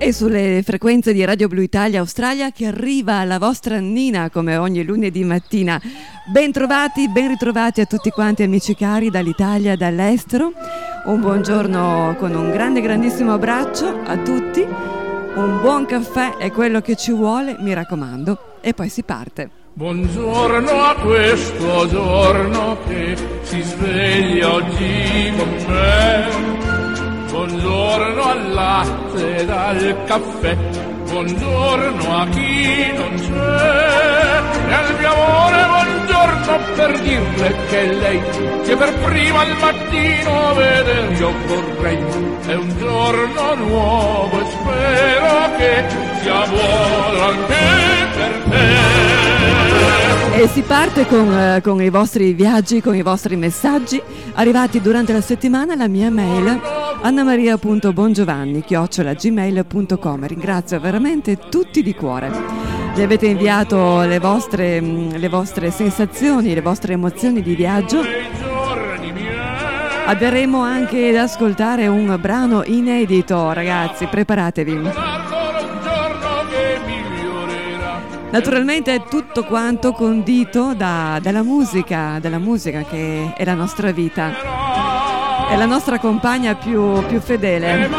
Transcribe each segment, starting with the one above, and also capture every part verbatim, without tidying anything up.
E sulle frequenze di Radio Blu Italia Australia che arriva la vostra Nina come ogni lunedì mattina. Ben trovati, ben ritrovati a tutti quanti amici cari dall'Italia, dall'estero. Un buongiorno con un grande grandissimo abbraccio a tutti. Un buon caffè è quello che ci vuole, mi raccomando, e poi si parte. Buongiorno a questo giorno che si sveglia oggi con me. Buongiorno al latte e al caffè, buongiorno a chi non c'è. E al mio amore buongiorno per dirle che lei, che per prima al mattino vedere io vorrei. È un giorno nuovo e spero che sia buono anche per te. E si parte con, eh, con i vostri viaggi, con i vostri messaggi arrivati durante la settimana alla mia mail annamaria punto bongiovanni chiocciola gmail punto com. Ringrazio veramente tutti di cuore. Mi avete inviato le vostre, le vostre sensazioni, le vostre emozioni di viaggio. Avremo anche da ascoltare un brano inedito, ragazzi, preparatevi. Naturalmente è tutto quanto condito da, dalla musica, dalla musica che è la nostra vita, è la nostra compagna più, più fedele.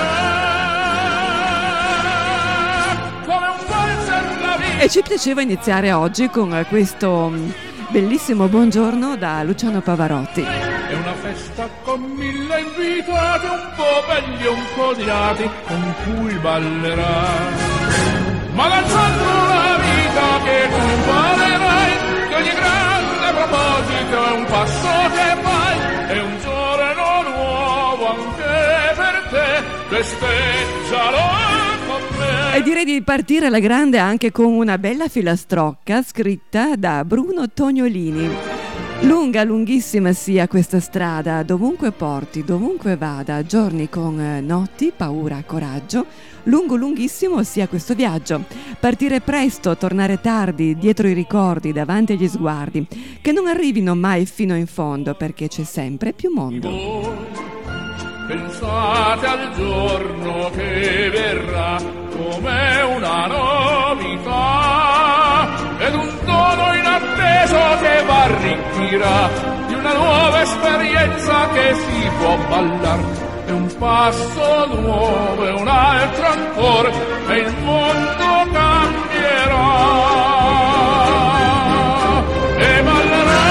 E ci piaceva iniziare oggi con questo bellissimo buongiorno da Luciano Pavarotti. È una festa con mille invitati, un po' belli e un po' odiati, con cui ballerà. Ma lanciando la vita che tu imparerai, che ogni grande proposito è un passo che fai, è un giorno nuovo anche per te, festeggialo con me. E direi di partire alla grande anche con una bella filastrocca scritta da Bruno Tognolini. Lunga, lunghissima sia questa strada, dovunque porti, dovunque vada, giorni con notti, paura, coraggio. Lungo, lunghissimo sia questo viaggio. Partire presto, tornare tardi, dietro i ricordi, davanti agli sguardi, che non arrivino mai fino in fondo, perché c'è sempre più mondo. Pensate al giorno che verrà come una novità ed un dono inatteso che v'arricchirà di una nuova esperienza che si può ballar. È un passo nuovo e un altro ancora e il mondo cambierà e ballerà.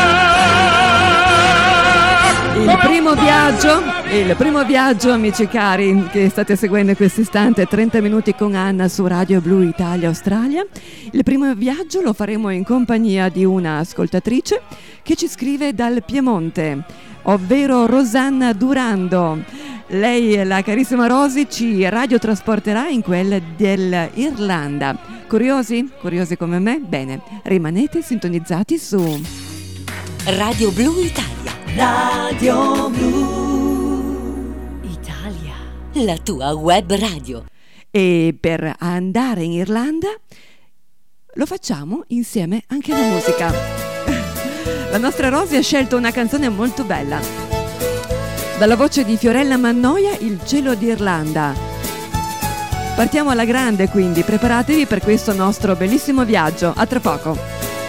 Il primo viaggio, il primo viaggio, amici cari, che state seguendo in questo istante, trenta minuti con Anna su Radio Blu Italia Australia. Il primo viaggio lo faremo in compagnia di una ascoltatrice che ci scrive dal Piemonte, ovvero Rosanna Durando. Lei, la carissima Rosy, ci radiotrasporterà in quella dell'Irlanda. Curiosi? Curiosi come me? Bene, rimanete sintonizzati su Radio Blu Italia. Radio Blu Italia, la tua web radio. E per andare in Irlanda lo facciamo insieme anche alla musica. La nostra Rosy ha scelto una canzone molto bella. Dalla voce di Fiorella Mannoia, Il cielo d'Irlanda. Partiamo alla grande, quindi preparatevi per questo nostro bellissimo viaggio. A tra poco.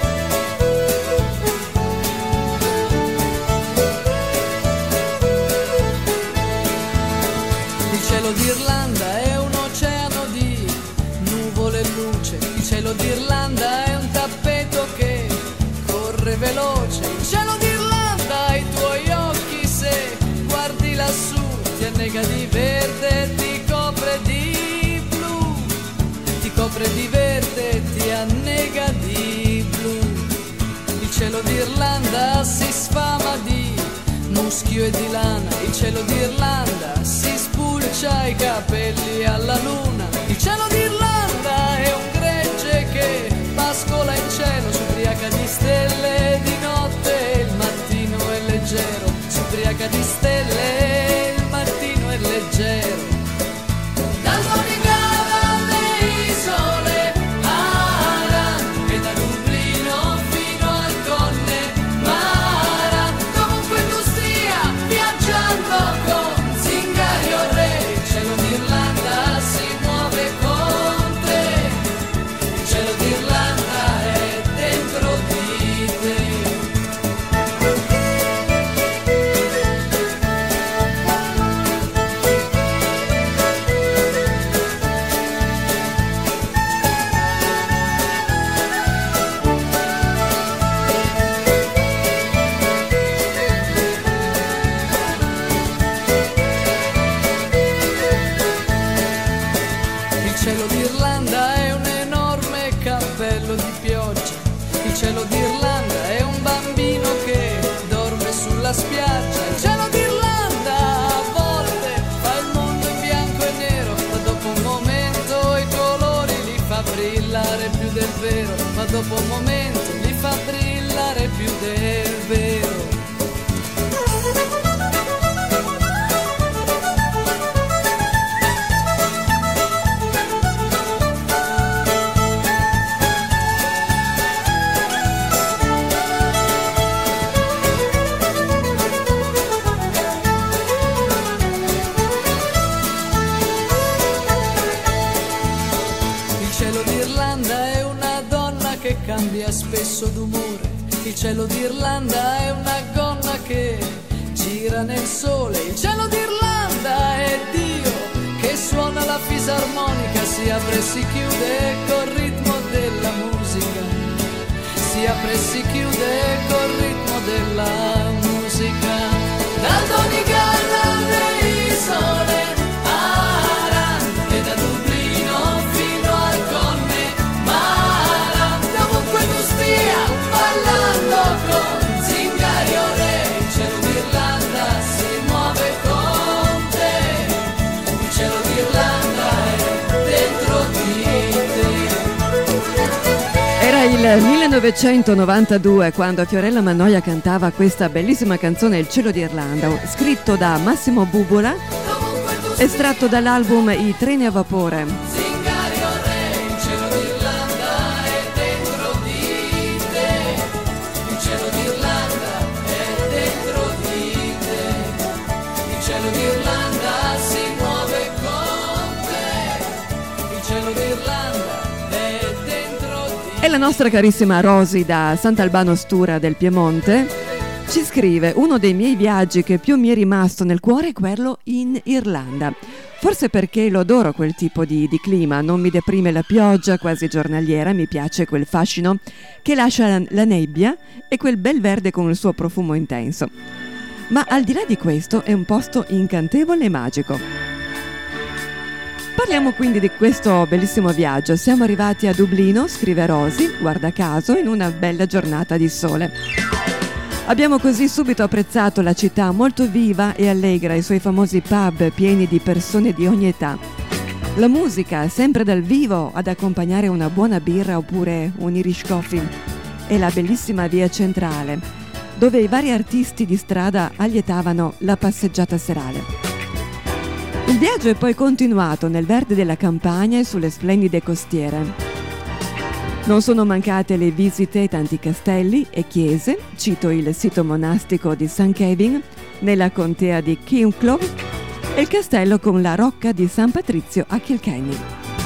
Il cielo d'Irlanda è un oceano di nuvole e luce. Il cielo d'Irlanda è un tappeto che corre veloce. Il cielo d'Irlanda ai tuoi occhi, se guardi lassù, ti annega di verde, ti copre di blu, ti copre di verde, ti annega di blu. Il cielo d'Irlanda si sfama di muschio e di lana. Il cielo d'Irlanda si spulcia i capelli alla luna. Il cielo d'Irlanda è un gregge che pascola in cielo, s'ubriaca di stelle di notte, il mattino è leggero, s'ubriaca di stelle, il mattino è leggero. Dal Borgata alle isole Aran e da Dublino fino al Connemara, dovunque tu stia viaggiando con Zingario Re, il cielo d'Irlanda si muove. dopo un momento li fa brillare più del vero. Cambia spesso d'umore, il cielo d'Irlanda è una gonna che gira nel sole, il cielo d'Irlanda è Dio che suona la fisarmonica, si apre e si chiude col ritmo della musica, si apre e si chiude col ritmo della musica. Dal Donegal alle isole Aran e da Dublino fino al Connemara, dovunque tu stia ballando con zingari o re, il cielo d'Irlanda si muove con te, il cielo d'Irlanda è dentro di te. Era il millenovecentonovantadue quando Fiorella Mannoia cantava questa bellissima canzone Il cielo d'Irlanda, scritto da Massimo Bubola, estratto dall'album I treni a vapore. Zingari o re, il cielo d'Irlanda è dentro di te, il cielo d'Irlanda è dentro di te, il cielo d'Irlanda si muove con te, il cielo d'Irlanda è dentro di te. E la nostra carissima Rosy da Sant'Albano Stura del Piemonte ci scrive: uno dei miei viaggi che più mi è rimasto nel cuore è quello in Irlanda. Forse perché lo adoro quel tipo di, di clima, non mi deprime la pioggia quasi giornaliera, mi piace quel fascino che lascia la, la nebbia e quel bel verde con il suo profumo intenso. Ma al di là di questo è un posto incantevole e magico. Parliamo quindi di questo bellissimo viaggio. Siamo arrivati a Dublino, scrive Rosy, guarda caso, in una bella giornata di sole. Abbiamo così subito apprezzato la città molto viva e allegra, i suoi famosi pub pieni di persone di ogni età. La musica, sempre dal vivo, ad accompagnare una buona birra oppure un Irish coffee. E la bellissima via centrale, dove i vari artisti di strada allietavano la passeggiata serale. Il viaggio è poi continuato nel verde della campagna e sulle splendide costiere. Non sono mancate le visite ai tanti castelli e chiese, cito il sito monastico di Saint Kevin nella contea di Kinklow e il castello con la rocca di San Patrizio a Kilkenny.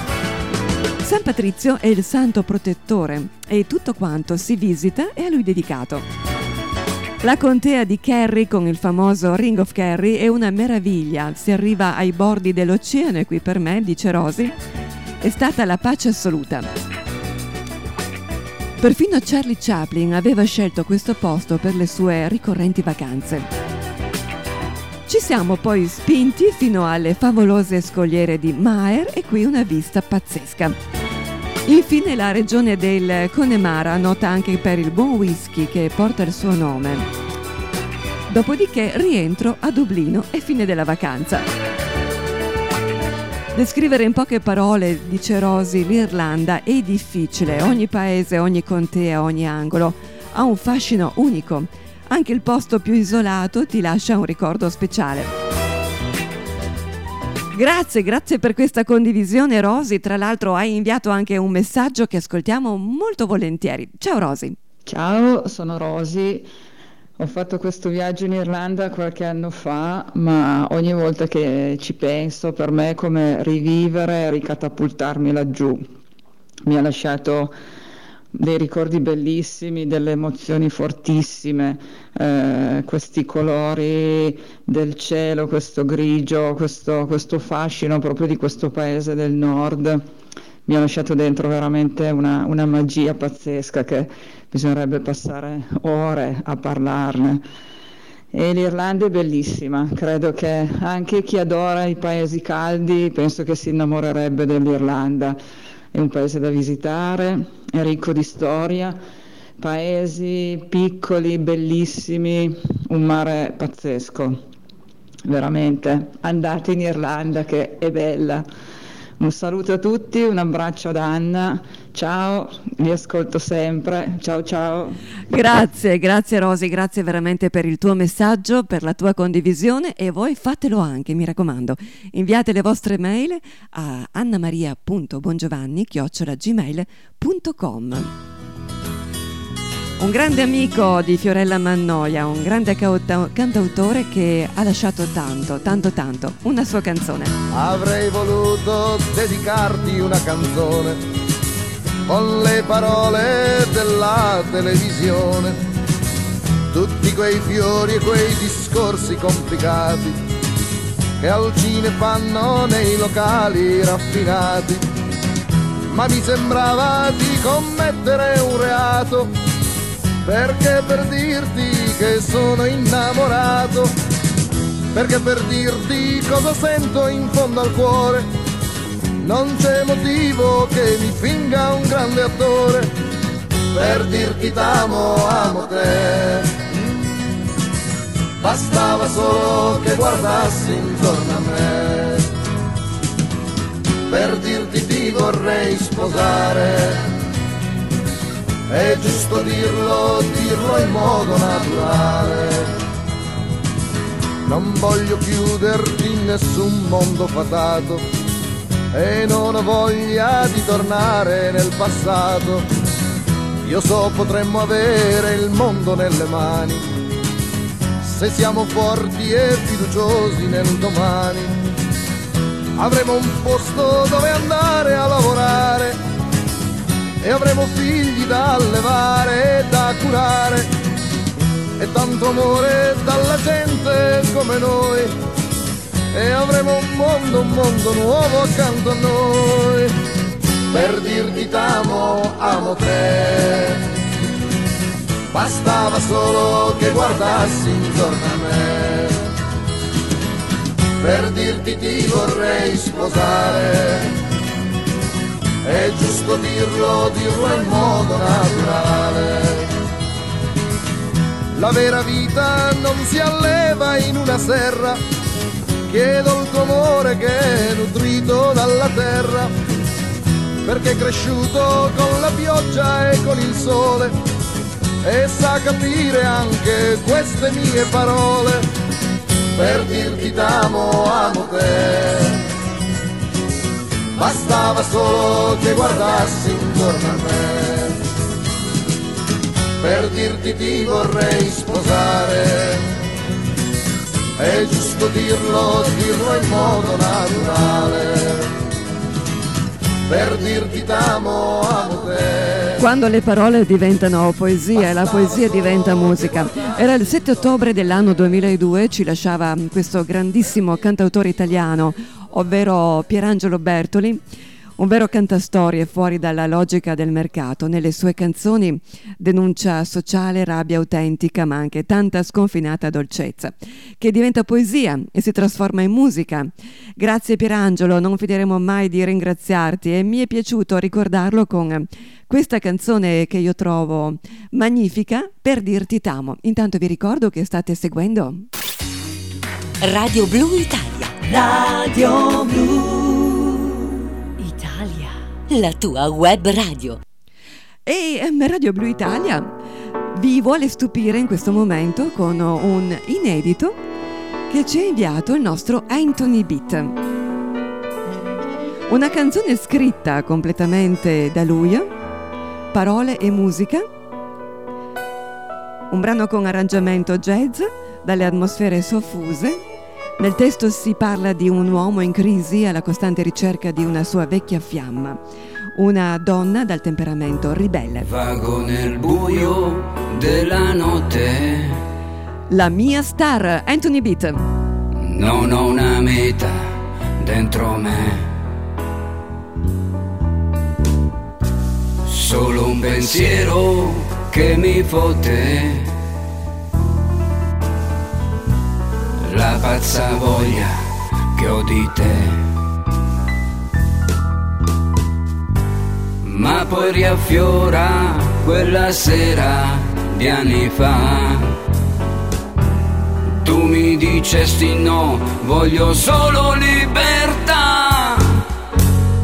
San Patrizio è il santo protettore e tutto quanto si visita è a lui dedicato. La contea di Kerry con il famoso Ring of Kerry è una meraviglia, si arriva ai bordi dell'oceano e qui per me, dice Rosy, è stata la pace assoluta. Perfino Charlie Chaplin aveva scelto questo posto per le sue ricorrenti vacanze. Ci siamo poi spinti fino alle favolose scogliere di Maer e qui una vista pazzesca. Infine la regione del Connemara, nota anche per il buon whisky che porta il suo nome. Dopodiché rientro a Dublino e fine della vacanza. Descrivere in poche parole, dice Rosy, l'Irlanda è difficile. Ogni paese, ogni contea, ogni angolo ha un fascino unico. Anche il posto più isolato ti lascia un ricordo speciale. Grazie, grazie per questa condivisione, Rosy. Tra l'altro hai inviato anche un messaggio che ascoltiamo molto volentieri. Ciao Rosy. Ciao, sono Rosy. Ho fatto questo viaggio in Irlanda qualche anno fa, ma ogni volta che ci penso per me è come rivivere e ricatapultarmi laggiù. Mi ha lasciato dei ricordi bellissimi, delle emozioni fortissime, eh, questi colori del cielo, questo grigio, questo, questo fascino proprio di questo paese del nord. Mi ha lasciato dentro veramente una, una magia pazzesca che bisognerebbe passare ore a parlarne. E l'Irlanda è bellissima, credo che anche chi adora i paesi caldi penso che si innamorerebbe dell'Irlanda. È un paese da visitare, è ricco di storia, paesi piccoli, bellissimi, un mare pazzesco. Veramente, andate in Irlanda che è bella. Un saluto a tutti, un abbraccio ad Anna, ciao, vi ascolto sempre, ciao ciao. Grazie, grazie Rosy, grazie veramente per il tuo messaggio, per la tua condivisione, e voi fatelo anche, mi raccomando. Inviate le vostre mail a annamaria punto bongiovanni chiocciola gmail punto com. Un grande amico di Fiorella Mannoia, un grande cauta- cantautore che ha lasciato tanto, tanto, tanto. Una sua canzone. Avrei voluto dedicarti una canzone con le parole della televisione, tutti quei fiori e quei discorsi complicati che al cine fanno nei locali raffinati, ma mi sembrava di commettere un reato, perché per dirti che sono innamorato, perché per dirti cosa sento in fondo al cuore, non c'è motivo che mi finga un grande attore. Per dirti t'amo, amo te, bastava solo che guardassi intorno a me. Per dirti ti vorrei sposare, è giusto dirlo, dirlo in modo naturale. Non voglio chiuderti in nessun mondo fatato e non ho voglia di tornare nel passato. Io so potremmo avere il mondo nelle mani, se siamo forti e fiduciosi nel domani. Avremo un posto dove andare a lavorare e avremo figli da allevare e da curare, e tanto amore dalla gente come noi, e avremo un mondo, un mondo nuovo accanto a noi. Per dirti t'amo, amo te, bastava solo che guardassi intorno a me. Per dirti ti vorrei sposare, è giusto dirlo, dirlo in modo naturale. La vera vita non si alleva in una serra, chiedo il tuo amore che è nutrito dalla terra, perché è cresciuto con la pioggia e con il sole e sa capire anche queste mie parole. Per dirti t'amo, amo te, bastava solo che guardassi intorno a me. Per dirti ti vorrei sposare, è giusto dirlo, dirlo in modo naturale. Per dirti t'amo, amo te. Quando le parole diventano poesia e la poesia diventa musica. Era il sette ottobre dell'anno duemiladue, ci lasciava questo grandissimo cantautore italiano, ovvero Pierangelo Bertoli, un vero cantastorie fuori dalla logica del mercato. Nelle sue canzoni denuncia sociale, rabbia autentica, ma anche tanta sconfinata dolcezza, che diventa poesia e si trasforma in musica. Grazie Pierangelo, non finiremo mai di ringraziarti, e mi è piaciuto ricordarlo con questa canzone che io trovo magnifica, Per dirti t'amo. Intanto vi ricordo che state seguendo Radio Blu Italia. Radio Blu Italia, la tua web radio. E Radio Blu Italia vi vuole stupire in questo momento con un inedito che ci ha inviato il nostro Anthony Beat. Una canzone scritta completamente da lui, parole e musica, un brano con arrangiamento jazz, dalle atmosfere soffuse. Nel testo si parla di un uomo in crisi alla costante ricerca di una sua vecchia fiamma, una donna dal temperamento ribelle. Vago nel buio della notte, La mia star, Anthony Beat. non ho una meta dentro me, solo un pensiero che mi fotte, la pazza voglia che ho di te. Ma poi riaffiora quella sera di anni fa, tu mi dicesti no, voglio solo libertà.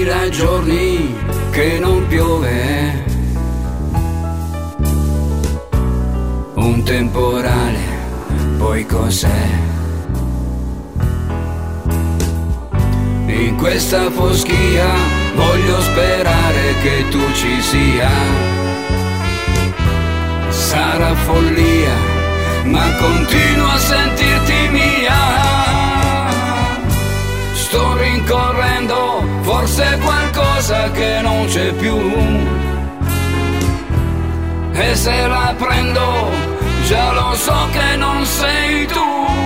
duemila giorni che non piove, un temporale, poi cos'è? In questa foschia voglio sperare che tu ci sia. Sarà follia, ma continuo a sentirti mia. Sto rincorrendo forse qualcosa che non c'è più, e se la prendo già lo so che non sei tu.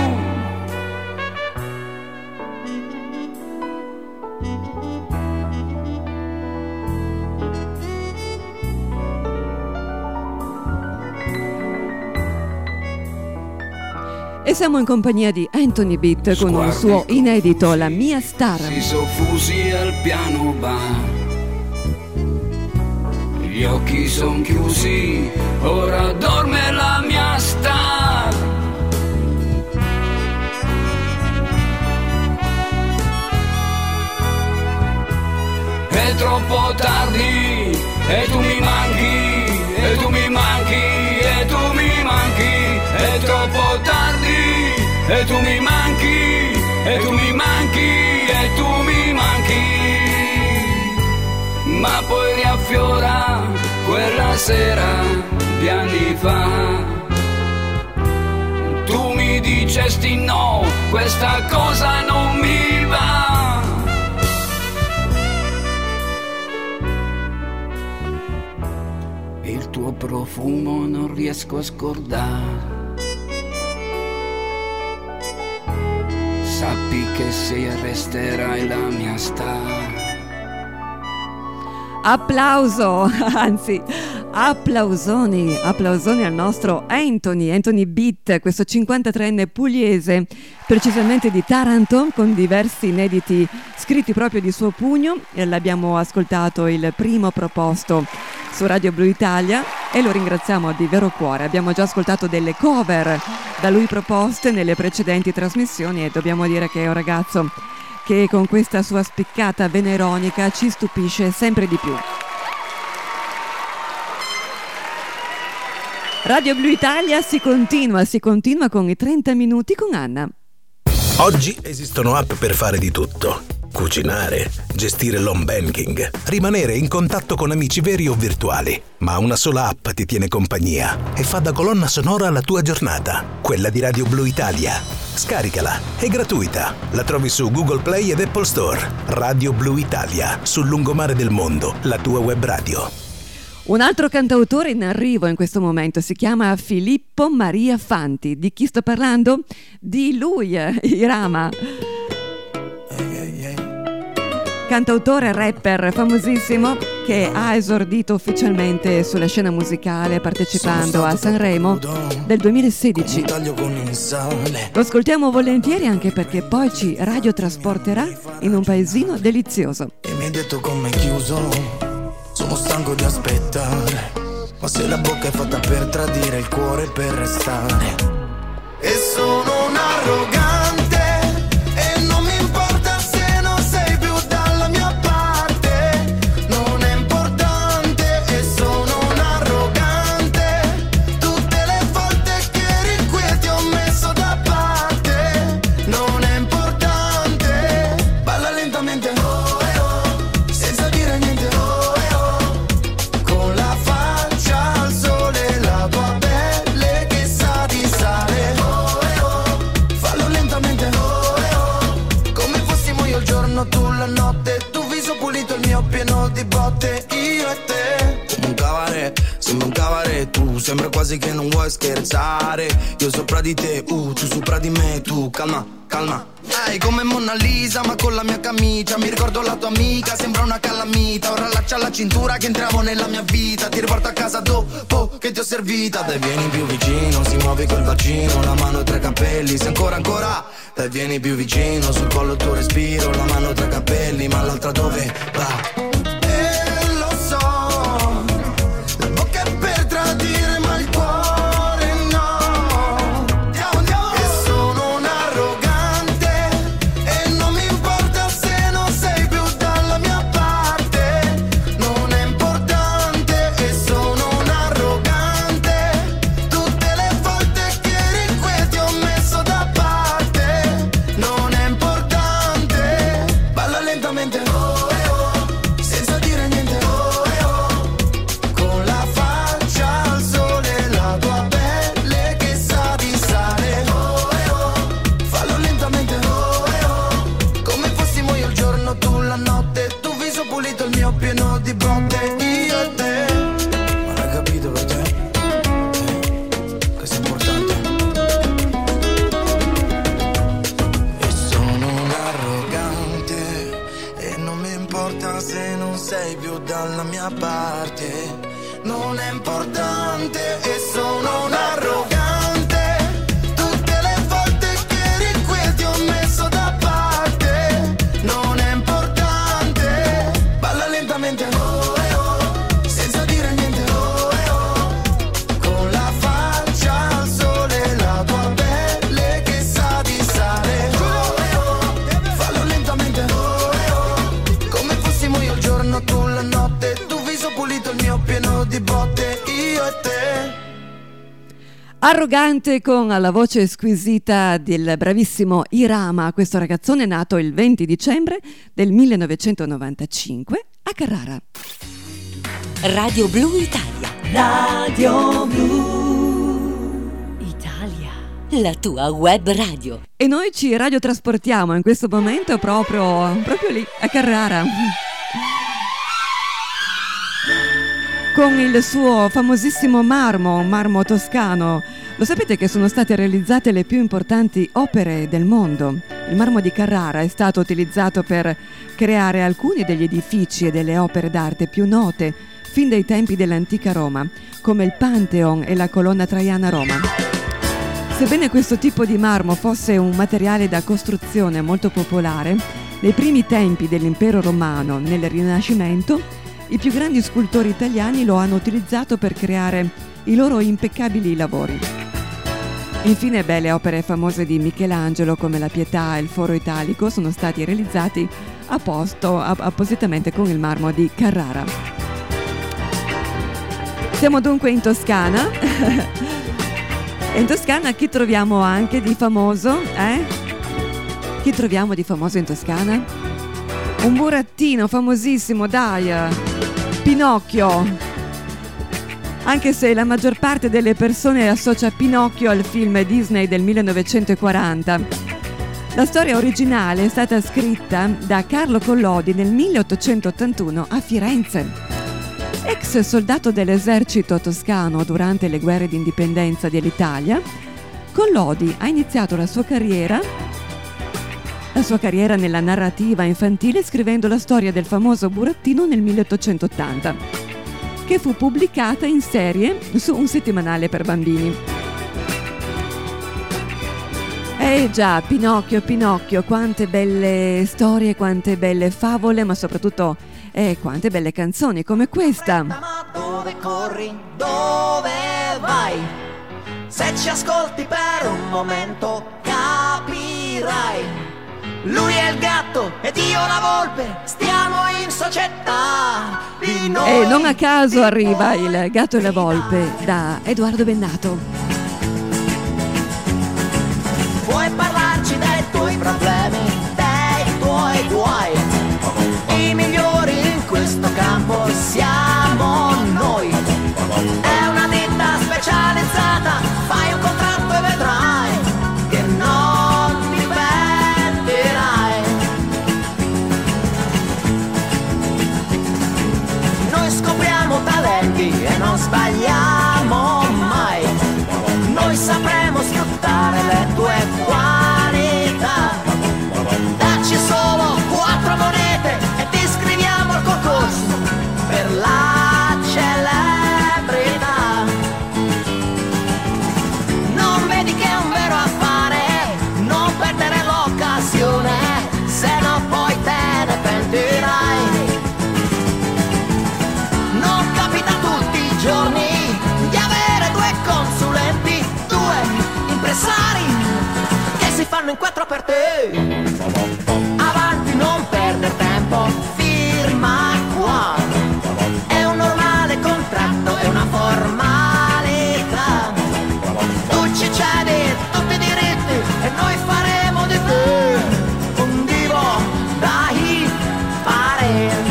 E siamo in compagnia di Anthony Beat con un suo inedito, La mia star. Si soffusi al piano bar, gli occhi son chiusi, ora dorme la mia star. È troppo tardi e tu mi manchi, e tu mi manchi, e tu mi manchi. È troppo tardi e tu mi manchi, e tu mi manchi, e tu mi manchi. Ma poi riaffiora quella sera di anni fa. Tu mi dicesti no, questa cosa non mi va. Il tuo profumo non riesco a scordare. Sappi che sei e resterai la mia star. Applauso, anzi applausoni, applausoni al nostro Anthony, Anthony Beat, questo cinquantatreenne pugliese, precisamente di Taranto, con diversi inediti scritti proprio di suo pugno. E l'abbiamo ascoltato il primo proposto su Radio Blu Italia e lo ringraziamo di vero cuore. Abbiamo già ascoltato delle cover da lui proposte nelle precedenti trasmissioni e dobbiamo dire che è un ragazzo che con questa sua spiccata veneronica ci stupisce sempre di più. Radio Blu Italia si continua, si continua con i trenta minuti con Anna. Oggi esistono app per fare di tutto. Cucinare, gestire l'home banking, rimanere in contatto con amici veri o virtuali. Ma una sola app ti tiene compagnia e fa da colonna sonora alla tua giornata. Quella di Radio Blu Italia. Scaricala, è gratuita. La trovi su Google Play ed Apple Store. Radio Blu Italia, sul lungomare del mondo, la tua web radio. Un altro cantautore in arrivo in questo momento si chiama Filippo Maria Fanti. Di chi sto parlando? Di lui, Irama. Cantautore rapper famosissimo che ha esordito ufficialmente sulla scena musicale partecipando a Sanremo del duemilasedici. Lo ascoltiamo volentieri anche perché poi ci radiotrasporterà in un paesino delizioso. E mi hai detto come chiuso, sono stanco di aspettare, ma se la bocca è fatta per tradire, il cuore per restare. E sono un arrogante. Tu sembra quasi che non vuoi scherzare. Io sopra di te, uh, tu sopra di me. Tu calma, calma. Hai come Mona Lisa ma con la mia camicia. Mi ricordo la tua amica, sembra una calamita. Ora allaccia la cintura che entravo nella mia vita. Ti riporto a casa dopo che ti ho servita. Dai vieni più vicino, si muove col bacino. La mano tra i capelli, se ancora ancora. Dai vieni più vicino, sul collo il tuo respiro. La mano tra i capelli, ma l'altra dove va? Parte Arrogante con la voce squisita del bravissimo Irama, questo ragazzone nato il venti dicembre del millenovecentonovantacinque a Carrara. Radio Blu Italia. Radio Blu Italia. La tua web radio. E noi ci radiotrasportiamo in questo momento proprio, proprio lì, a Carrara. Con il suo famosissimo marmo, un marmo toscano. Lo sapete che sono state realizzate le più importanti opere del mondo? Il marmo di Carrara è stato utilizzato per creare alcuni degli edifici e delle opere d'arte più note fin dai tempi dell'antica Roma, come il Pantheon e la colonna Traiana a Roma. Sebbene questo tipo di marmo fosse un materiale da costruzione molto popolare, nei primi tempi dell'impero romano, nel Rinascimento, i più grandi scultori italiani lo hanno utilizzato per creare i loro impeccabili lavori. Infine, beh, le opere famose di Michelangelo come la Pietà e il Foro Italico sono stati realizzati a posto, app- appositamente con il marmo di Carrara. Siamo dunque in Toscana. E in Toscana chi troviamo anche di famoso? Eh? Chi troviamo di famoso in Toscana? Un burattino famosissimo, dai! Pinocchio, anche se la maggior parte delle persone associa Pinocchio al film Disney del millenovecentoquaranta. La storia originale è stata scritta da Carlo Collodi nel milleottocentottantuno a Firenze. Ex soldato dell'esercito toscano durante le guerre di indipendenza dell'Italia, Collodi ha iniziato la sua carriera La sua carriera nella narrativa infantile scrivendo la storia del famoso burattino nel milleottocentottanta, che fu pubblicata in serie su un settimanale per bambini. Eh già, Pinocchio, Pinocchio, quante belle storie, quante belle favole, ma soprattutto eh, quante belle canzoni come questa. Ma dove corri? Dove vai? Se ci ascolti per un momento capirai. Lui è il gatto ed io la volpe, stiamo in società. Di noi E non a caso arriva Il gatto e la volpe da Edoardo Bennato. Puoi parlarci dei tuoi problemi, dei tuoi guai. I migliori in questo campo siamo noi. È una ditta specializzata, fai un contratto e vedrai che non ti pentirai. Noi scopriamo talenti e non sbagliamo mai. Noi sapremo sfruttare le tue qualità. Dacci solo quattro monete e ti iscriviamo al concorso per la celebrità. Non vedi che è un vero affare, non perdere l'occasione, se no poi te ne pentirai. Non capita tutti i giorni di avere due consulenti, due impresari che si fanno in quattro per te. Avanti, non perdere tempo, firma qua. È un normale contratto, è una formalità. Tu ci cedi tutti i diritti e noi faremo di te un divo da hippare.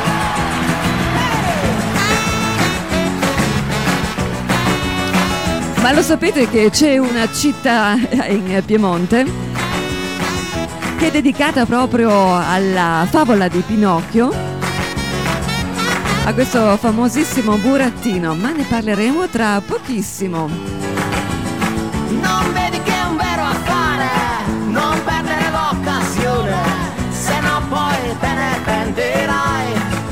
Ma lo sapete che c'è una città in Piemonte che è dedicata proprio alla favola di Pinocchio, a questo famosissimo burattino, ma ne parleremo tra pochissimo. Non vedi che è un vero affare, non perdere l'occasione, se no poi te ne pentirai.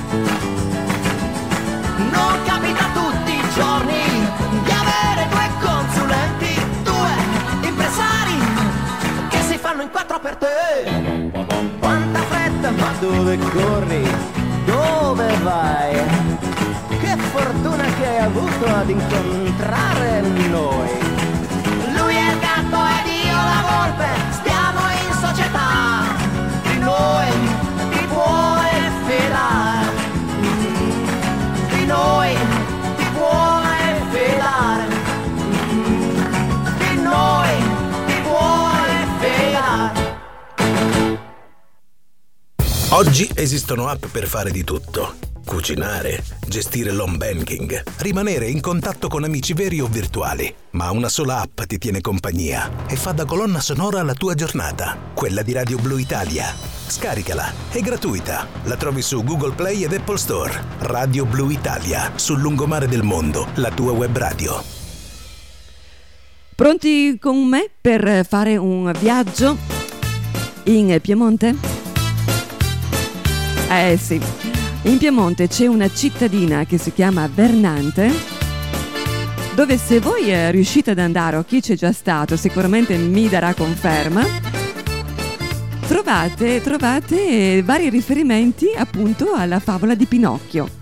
Non capita tutti i giorni di avere due consulenti, due impresari che si fanno in quattro per te. Quanta fretta, ma dove corri? Dove vai? Che fortuna che hai avuto ad incontrare noi. Lui è il gatto ed io la volpe, stiamo in società. Di noi ti puoi fidare. Di noi ti puoi fidare. Oggi esistono app per fare di tutto. Cucinare, gestire l'home banking, rimanere in contatto con amici veri o virtuali. Ma una sola app ti tiene compagnia e fa da colonna sonora alla tua giornata. Quella di Radio Blu Italia. Scaricala, è gratuita. La trovi su Google Play ed Apple Store. Radio Blu Italia, sul lungomare del mondo, la tua web radio. Pronti con me per fare un viaggio in Piemonte? Eh sì, in Piemonte c'è una cittadina che si chiama Vernante, dove se voi riuscite ad andare, o chi c'è già stato sicuramente mi darà conferma, trovate, trovate vari riferimenti appunto alla favola di Pinocchio.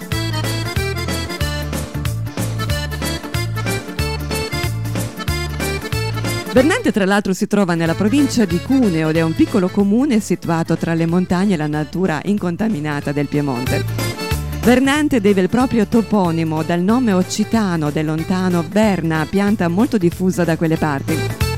Vernante tra l'altro si trova nella provincia di Cuneo ed è un piccolo comune situato tra le montagne e la natura incontaminata del Piemonte. Vernante deve il proprio toponimo dal nome occitano del lontano verna, pianta molto diffusa da quelle parti.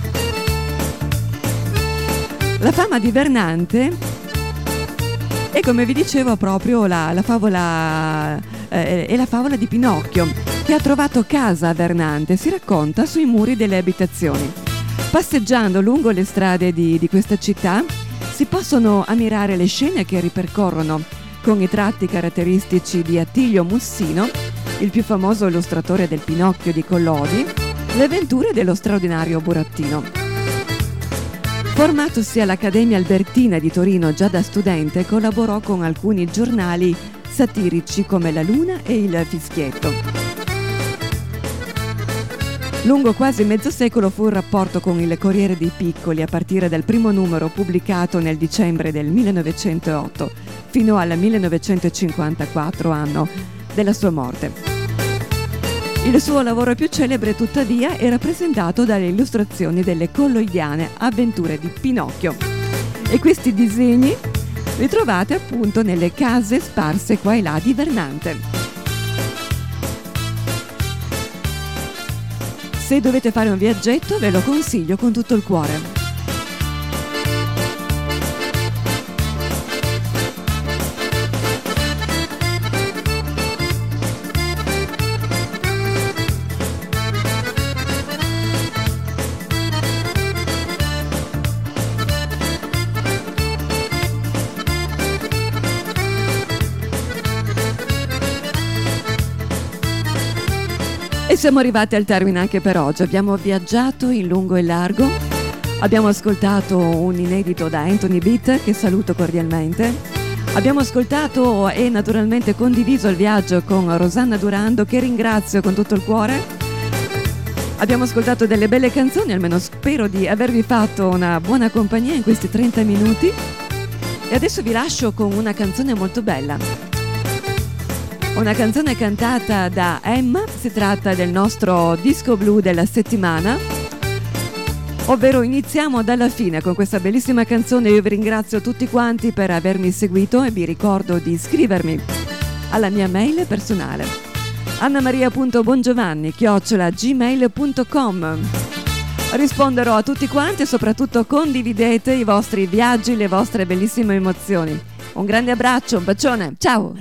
La fama di Vernante è, come vi dicevo, proprio la, la favola eh, è la favola di Pinocchio, che ha trovato casa a Vernante, si racconta sui muri delle abitazioni. Passeggiando lungo le strade di, di questa città si possono ammirare le scene che ripercorrono con i tratti caratteristici di Attilio Mussino, il più famoso illustratore del Pinocchio di Collodi, le avventure dello straordinario burattino. Formatosi all'Accademia Albertina di Torino già da studente, collaborò con alcuni giornali satirici come La Luna e Il Fischietto. Lungo quasi mezzo secolo fu un rapporto con il Corriere dei Piccoli a partire dal primo numero pubblicato nel dicembre del millenovecentootto fino al millenovecentocinquantaquattro, anno della sua morte. Il suo lavoro più celebre tuttavia è rappresentato dalle illustrazioni delle colloidiane avventure di Pinocchio, e questi disegni li trovate appunto nelle case sparse qua e là di Vernante. Se dovete fare un viaggetto ve lo consiglio con tutto il cuore. E siamo arrivati al termine anche per oggi. Abbiamo viaggiato in lungo e largo, abbiamo ascoltato un inedito da Anthony Beat, che saluto cordialmente, abbiamo ascoltato e naturalmente condiviso il viaggio con Rosanna Durando, che ringrazio con tutto il cuore, abbiamo ascoltato delle belle canzoni, almeno spero di avervi fatto una buona compagnia in questi trenta minuti, e adesso vi lascio con una canzone molto bella. Una canzone cantata da Emma, si tratta del nostro disco blu della settimana, ovvero iniziamo dalla fine con questa bellissima canzone. Io vi ringrazio tutti quanti per avermi seguito e vi ricordo di iscrivermi alla mia mail personale annamaria punto bongiovanni chiocciola gmail punto com. Risponderò a tutti quanti e soprattutto condividete i vostri viaggi, le vostre bellissime emozioni. Un grande abbraccio, un bacione, ciao!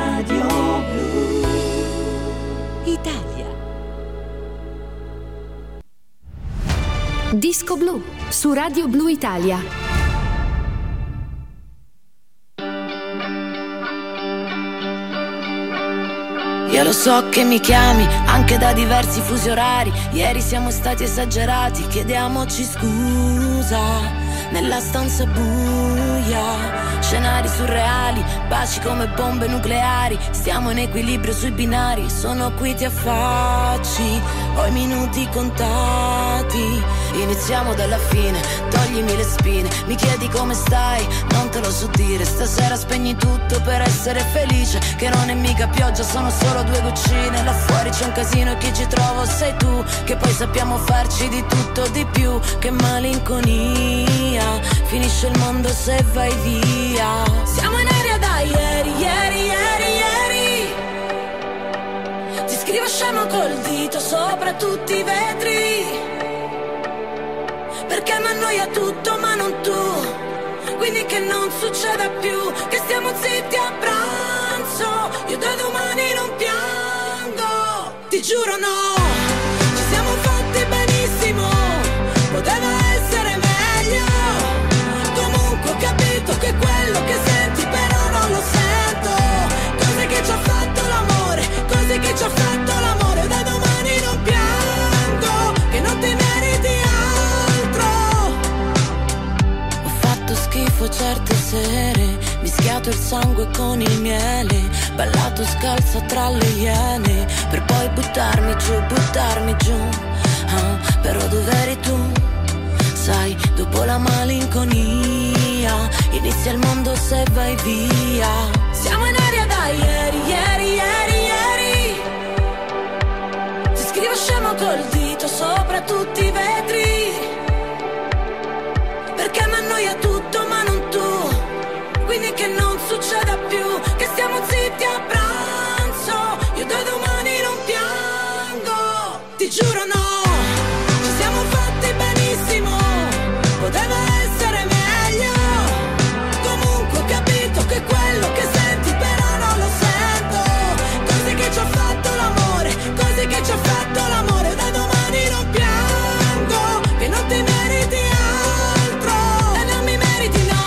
Disco Blu su Radio Blu Italia. Io lo so che mi chiami anche da diversi fusi orari. Ieri siamo stati esagerati, chiediamoci scusa. Nella stanza buia, scenari surreali, baci come bombe nucleari. Stiamo in equilibrio sui binari, sono qui ti affacci, ho i minuti contati. Iniziamo dalla fine, toglimi le spine. Mi chiedi come stai, non te lo so dire. Stasera spegni tutto per essere felice, che non è mica pioggia, sono solo due goccine. Là fuori c'è un casino e chi ci trovo sei tu, che poi sappiamo farci di tutto di più. Che malinconia, finisce il mondo se vai via. Siamo in aria da ieri, ieri, ieri, ieri. Ti scrivo scemo col dito sopra tutti i vetri, perché mi annoia tutto ma non tu. quindi che non succeda più che stiamo zitti a pranzo. Io da domani non piango, ti giuro no. Ci siamo fatti benissimo, poteva essere meglio. Comunque ho capito che quello che senti però non lo sento. Cose che ci ha fatto l'amore, cose che ci ha fatto l'amore. Da domani non piango, che non ti meriti altro. Ho fatto schifo certe sere, mischiato il sangue con il miele, ballato scalza tra le iene, per poi buttarmi giù, buttarmi giù. Ah, però dov'eri tu? Sai, dopo la malinconia inizia il mondo se vai via. Siamo in aria da ieri, ieri, ieri, ieri. Ti scrivo scemo col dito sopra tutti i vetri, perché mi annoia tutto ma non tu. Quindi che non succeda più che stiamo zitti a pranzo. Io da domani non piango, ti giuro no. Ci siamo fatti benissimo, poteva essere meglio. Comunque ho capito che quello che senti però non lo sento. Cose che ci ha fatto l'amore, cose che ci ha fatto l'amore. Da domani non piango, che non ti meriti altro. E non mi meriti no.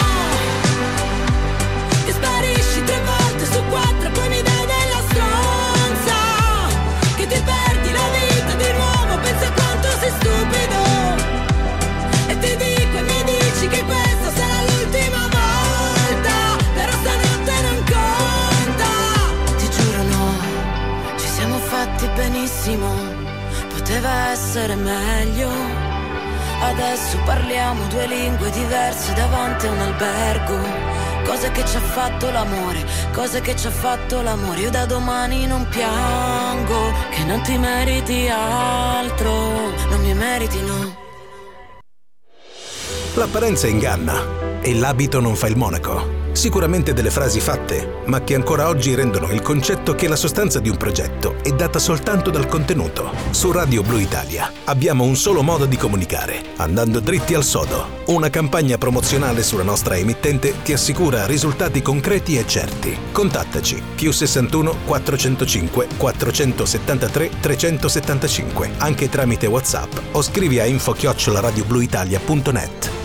Che sparisci tre volte su quattro e poi mi dai della stronza. Che ti perdi la vita di nuovo, pensa quanto sei stupido. E ti dico e mi dici che questa sarà l'ultima volta, però stanotte non conta. Ti giuro no, ci siamo fatti benissimo, poteva essere meglio. Adesso parliamo due lingue diverse davanti a un albergo. Cose che ci ha fatto l'amore, cose che ci ha fatto l'amore. Io da domani non piango, che non ti meriti altro, non mi meriti no. L'apparenza inganna e l'abito non fa il monaco. Sicuramente delle frasi fatte, ma che ancora oggi rendono il concetto che la sostanza di un progetto è data soltanto dal contenuto. Su Radio Blu Italia abbiamo un solo modo di comunicare, andando dritti al sodo. Una campagna promozionale sulla nostra emittente ti assicura risultati concreti e certi. Contattaci più sessantuno quattrocentocinque quattrocentosettantatré trecentosettantacinque anche tramite WhatsApp o scrivi a info chiocciola radiobluitalia punto net.